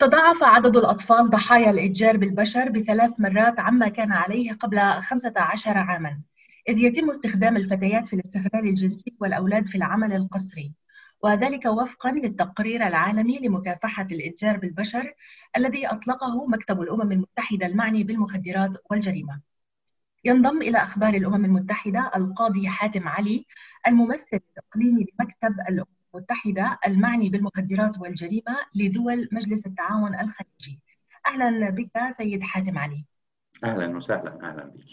تضاعف عدد الأطفال ضحايا الإتجار بالبشر ب3 مرات عما كان عليه قبل 15 عاماً، إذ يتم استخدام الفتيات في الاستغلال الجنسي والأولاد في العمل القسري، وذلك وفقاً للتقرير العالمي لمكافحة الإتجار بالبشر الذي أطلقه مكتب الأمم المتحدة المعني بالمخدرات والجريمة. ينضم إلى أخبار الأمم المتحدة القاضي حاتم علي، الممثل الإقليمي لمكتب الأمم المتحدة المعني بالمخدرات والجريمة لدول مجلس التعاون الخليجي. أهلا بك سيد حاتم علي. أهلا وسهلا، أهلا بك.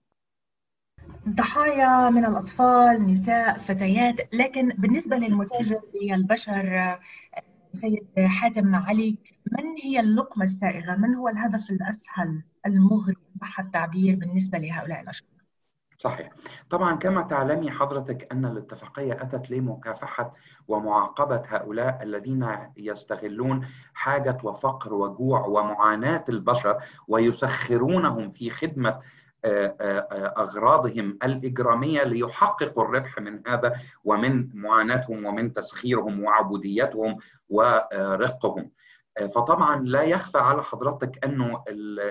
ضحايا من الأطفال، نساء، فتيات، لكن بالنسبة للمتاجر بالبشر سيد حاتم علي، من هي اللقمة السائغة؟ من هو الهدف الأسهل المغري إن صح التعبير بالنسبة لهؤلاء الأشخاص؟ صحيح. طبعا كما تعلمي حضرتك أن الاتفاقية أتت لمكافحة ومعاقبة هؤلاء الذين يستغلون حاجة وفقر وجوع ومعاناة البشر ويسخرونهم في خدمة أغراضهم الإجرامية ليحققوا الربح من هذا ومن معاناتهم ومن تسخيرهم وعبوديتهم ورقهم. فطبعا لا يخفى على حضرتك أنه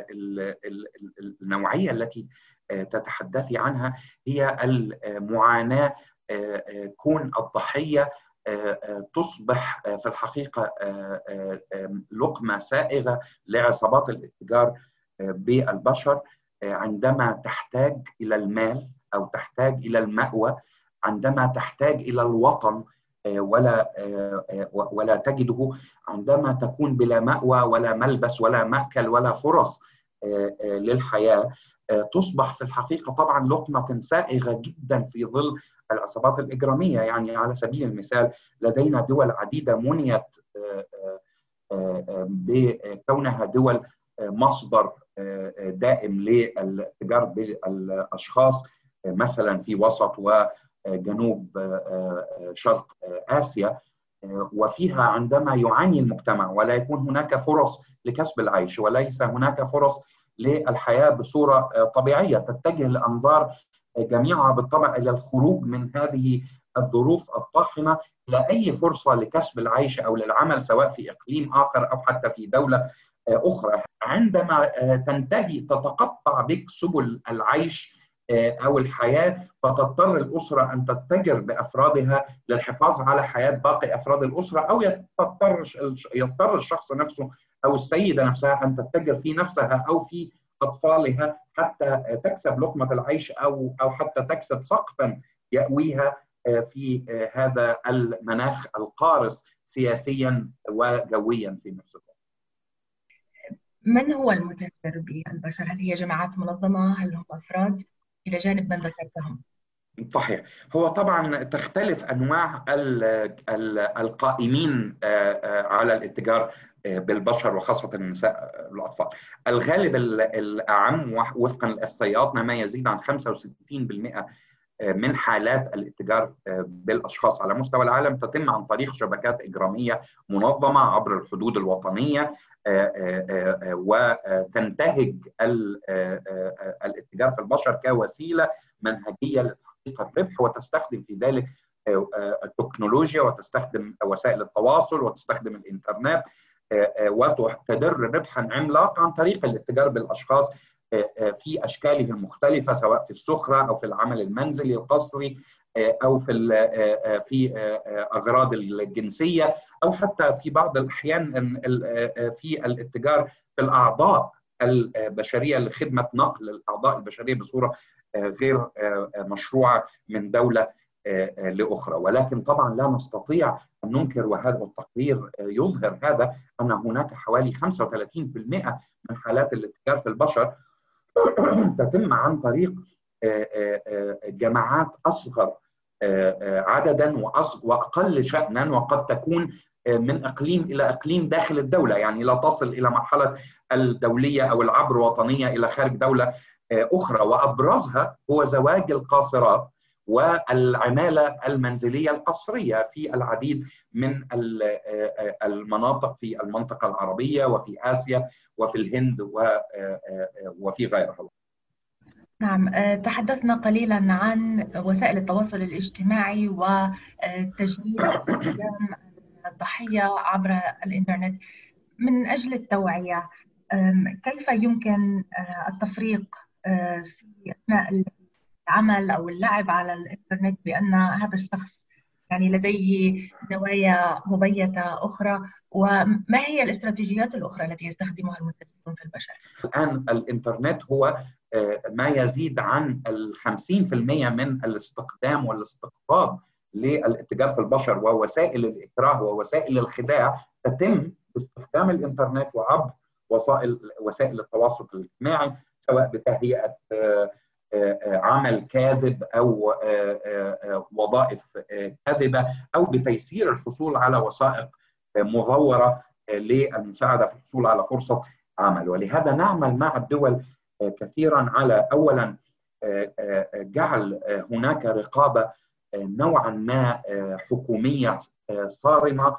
النوعية التي تتحدثي عنها هي المعاناة، كون الضحية تصبح في الحقيقة لقمة سائغة لعصابات الاتجار بالبشر عندما تحتاج إلى المال أو تحتاج إلى المأوى، عندما تحتاج إلى الوطن ولا تجده، عندما تكون بلا مأوى ولا ملبس ولا مأكل ولا فرص للحياة، تصبح في الحقيقة طبعا لقمة سائغة جدا في ظل العصابات الإجرامية. يعني على سبيل المثال لدينا دول عديدة منيت بكونها دول مصدر دائم للتجار بالأشخاص، مثلا في وسط وجنوب شرق آسيا، وفيها عندما يعاني المجتمع ولا يكون هناك فرص لكسب العيش وليس هناك فرص للحياة بصورة طبيعية، تتجه الأنظار جميعها بالطبع إلى الخروج من هذه الظروف الطاحنة لأي فرصة لكسب العيش أو للعمل سواء في إقليم آخر أو حتى في دولة أخرى. عندما تنتهي تتقطع بك سبل العيش أو الحياة، فتضطر الأسرة أن تتجر بأفرادها للحفاظ على حياة باقي أفراد الأسرة، أو يضطر الشخص نفسه أو السيدة نفسها أن تتجر في نفسها أو في أطفالها حتى تكسب لقمة العيش أو حتى تكسب سقفا يأويها في هذا المناخ القارس سياسيا وجويا في نفس الوقت. من هو المتاجر بالبشر؟ هل هي جماعات منظمة؟ هل هم أفراد إلى جانب من ذكرتهم؟ صحيح. هو طبعا تختلف أنواع القائمين على الاتجار بالبشر وخاصة النساء والأطفال. الغالب الأعم وفقا للإحصائيات ما يزيد عن 65% من حالات الاتجار بالأشخاص على مستوى العالم تتم عن طريق شبكات إجرامية منظمة عبر الحدود الوطنية، وتنتهج الاتجار في البشر كوسيلة منهجية لتحقيق الربح، وتستخدم في ذلك التكنولوجيا وتستخدم وسائل التواصل وتستخدم الإنترنت، وتدر ربحا عملاقا عن طريق الاتجار بالأشخاص في أشكاله المختلفة، سواء في السخرة أو في العمل المنزلي القسري أو في أغراض الجنسية، أو حتى في بعض الأحيان في الاتجار في الأعضاء البشرية لخدمة نقل الأعضاء البشرية بصورة غير مشروعة من دولة لأخرى. ولكن طبعا لا نستطيع أن ننكر، وهذا التقرير يظهر هذا، أن هناك حوالي 35% من حالات الاتجار في البشر تتم عن طريق جماعات أصغر عددا وأقل شأنا، وقد تكون من إقليم إلى إقليم داخل الدولة، يعني لا تصل إلى مرحلة الدولية أو العبر وطنية إلى خارج دولة أخرى. وأبرزها هو زواج القاصرات والعمالة المنزلية القسرية في العديد من المناطق في المنطقة العربية وفي آسيا وفي الهند وفي غيرها. نعم، تحدثنا قليلا عن وسائل التواصل الاجتماعي وتجنيد استخدام الضحية عبر الإنترنت. من أجل التوعية، كيف يمكن التفريق في أثناء العمل أو اللعب على الإنترنت بأن هذا الشخص يعني لديه نوايا مبيتة أخرى، وما هي الاستراتيجيات الأخرى التي يستخدمها المتدخلون في البشر؟ الآن الإنترنت هو ما يزيد عن 50% من الاستخدام والاستقطاب للاتجار في البشر، ووسائل الإكراه ووسائل الخداع تتم باستخدام الإنترنت وعبر وسائل التواصل الاجتماعي، سواء بتهيئة عمل كاذب أو وظائف كاذبة، أو بتيسير الحصول على وثائق مزورة للمساعدة في الحصول على فرصة عمل. ولهذا نعمل مع الدول كثيرا على أولا جعل هناك رقابة نوعا ما حكومية صارمة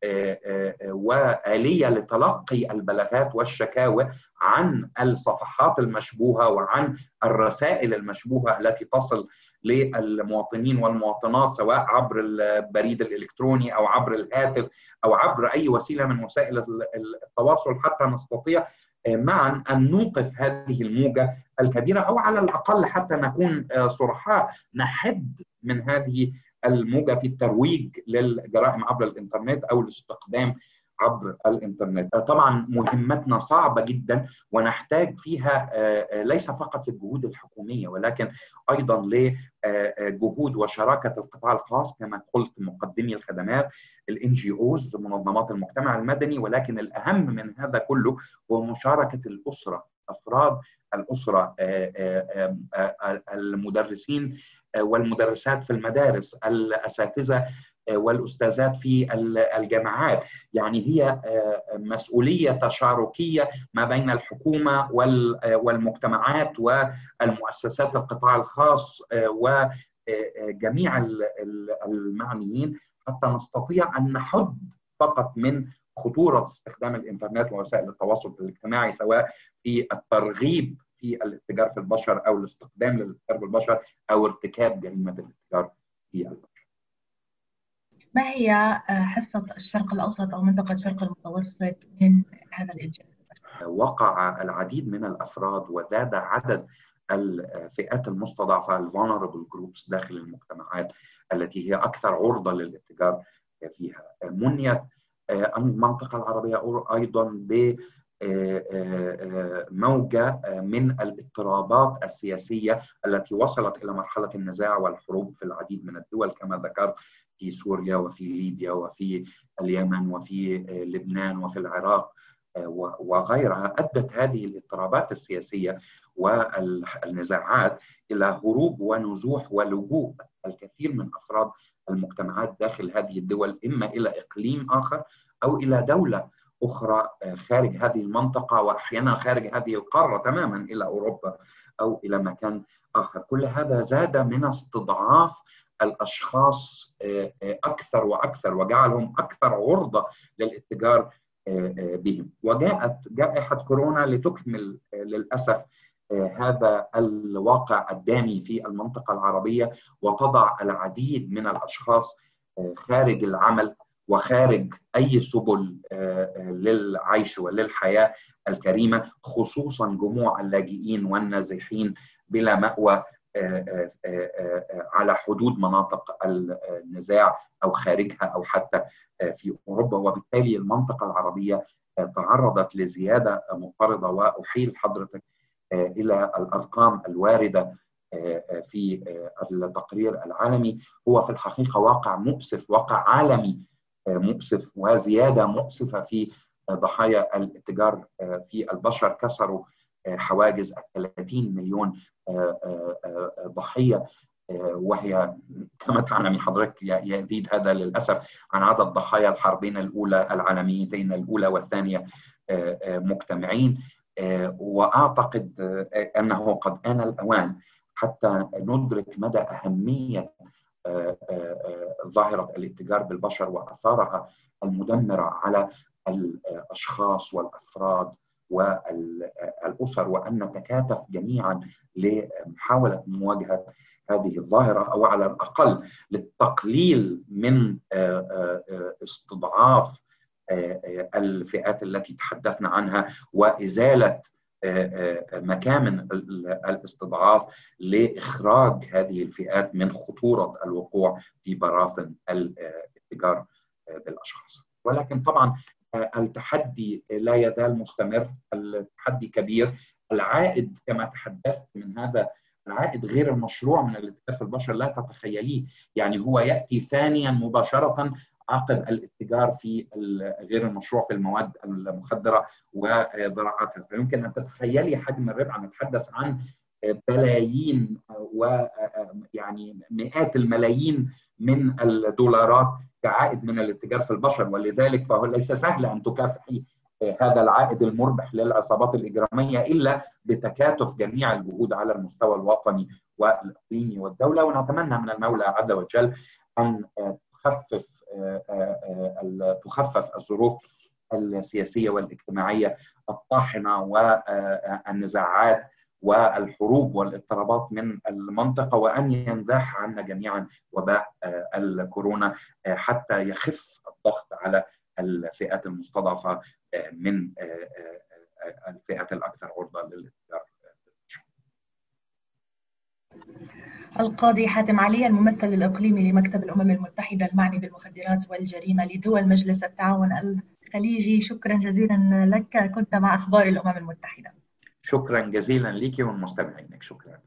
وآلية لتلقي البلاغات والشكاوى عن الصفحات المشبوهة وعن الرسائل المشبوهة التي تصل للمواطنين والمواطنات، سواء عبر البريد الإلكتروني أو عبر الهاتف أو عبر أي وسيلة من وسائل التواصل، حتى نستطيع معا أن نوقف هذه الموجة الكبيرة، أو على الأقل حتى نكون صرحاء نحد من هذه الموجة في الترويج للجرائم عبر الإنترنت أو الاستخدام عبر الإنترنت. طبعا مهمتنا صعبة جدا، ونحتاج فيها ليس فقط للجهود الحكومية ولكن أيضا لجهود وشراكة القطاع الخاص كما قلت، مقدمي الخدمات، الNGOs، منظمات المجتمع المدني، ولكن الأهم من هذا كله هو مشاركة الأسرة، أفراد الأسرة، المدرسين والمدرسات في المدارس، الأساتذة والأستاذات في الجامعات. يعني هي مسؤولية تشاركية ما بين الحكومة والمجتمعات والمؤسسات القطاع الخاص وجميع المعنيين، حتى نستطيع أن نحد فقط من خطورة استخدام الإنترنت ووسائل التواصل الاجتماعي، سواء في الترغيب في الاتجار في البشر أو الاستخدام للاتجار بالبشر أو ارتكاب جريمة الاتجار في البشر. ما هي حصة الشرق الأوسط أو منطقة الشرق المتوسط من هذا الإتجار؟ وقع العديد من الأفراد وزاد عدد الفئات المستضعفة vulnerable groups داخل المجتمعات التي هي أكثر عرضة للاتجار فيها. منيت المنطقة العربية أيضا بموجة من الاضطرابات السياسية التي وصلت إلى مرحلة النزاع والحروب في العديد من الدول كما ذكرت، في سوريا وفي ليبيا وفي اليمن وفي لبنان وفي العراق وغيرها. أدت هذه الاضطرابات السياسية والنزاعات إلى هروب ونزوح ولجوء الكثير من أفراد المجتمعات داخل هذه الدول، إما إلى إقليم آخر أو إلى دولة أخرى خارج هذه المنطقة، وأحيانا خارج هذه القارة تماما إلى أوروبا أو إلى مكان آخر. كل هذا زاد من استضعاف الأشخاص أكثر وأكثر وجعلهم أكثر عرضة للاتجار بهم. وجاءت جائحة كورونا لتكمل للأسف هذا الواقع الدامي في المنطقة العربية، وتضع العديد من الأشخاص خارج العمل وخارج أي سبل للعيش وللحياة الكريمة، خصوصا جموع اللاجئين والنازحين بلا مأوى على حدود مناطق النزاع أو خارجها أو حتى في أوروبا. وبالتالي المنطقة العربية تعرضت لزيادة مضطردة، وأحيل حضرتك إلى الأرقام الواردة في التقرير العالمي. هو في الحقيقة واقع مؤسف، واقع عالمي مؤسف، وزيادة مؤسفة في ضحايا الاتجار في البشر. كسروا حواجز 30 مليون ضحية، وهي كما تعلم حضرتك يزيد هذا للأسف عن عدد ضحايا الحربين الأولى العالميتين الأولى والثانية مجتمعين. وأعتقد أنه قد آن الأوان حتى ندرك مدى أهمية ظاهرة الاتجار بالبشر وأثارها المدمرة على الأشخاص والأفراد والأسر، وأن نتكاتف جميعا لمحاولة مواجهة هذه الظاهرة، أو على الأقل للتقليل من استضعاف الفئات التي تحدثنا عنها، وإزالة مكامن الاستضعاف لإخراج هذه الفئات من خطورة الوقوع في براثن الاتجار بالأشخاص. ولكن طبعا التحدي لا يزال مستمر، التحدي كبير. العائد كما تحدثت من هذا العائد غير المشروع من الاتجار في البشر لا تتخيليه، يعني هو يأتي ثانيا مباشرة عقب الاتجار في غير المشروع في المواد المخدرة وزراعتها. فيمكن أن تتخيلي حجم الربح، نتحدث عن بلايين ويعني مئات الملايين من الدولارات كعائد من الاتجار في البشر، ولذلك فهو ليس سهل أن تكافحي هذا العائد المربح للعصابات الإجرامية إلا بتكاتف جميع الجهود على المستوى الوطني والإقليمي والدولة. ونتمنى من المولى عز وجل أن تخفف الظروف السياسية والاجتماعية الطاحنة والنزاعات والحروب والاضطرابات من المنطقة، وأن ينزاح عنا جميعا وباء الكورونا حتى يخف الضغط على الفئات المستضعفة من الفئات الأكثر عرضة للاتجار. القاضي حاتم علي، الممثل الإقليمي لمكتب الأمم المتحدة المعني بالمخدرات والجريمة لدول مجلس التعاون الخليجي، شكرا جزيلا لك، كنت مع أخبار الأمم المتحدة. شكرا جزيلا لك والمستمعين. شكرا.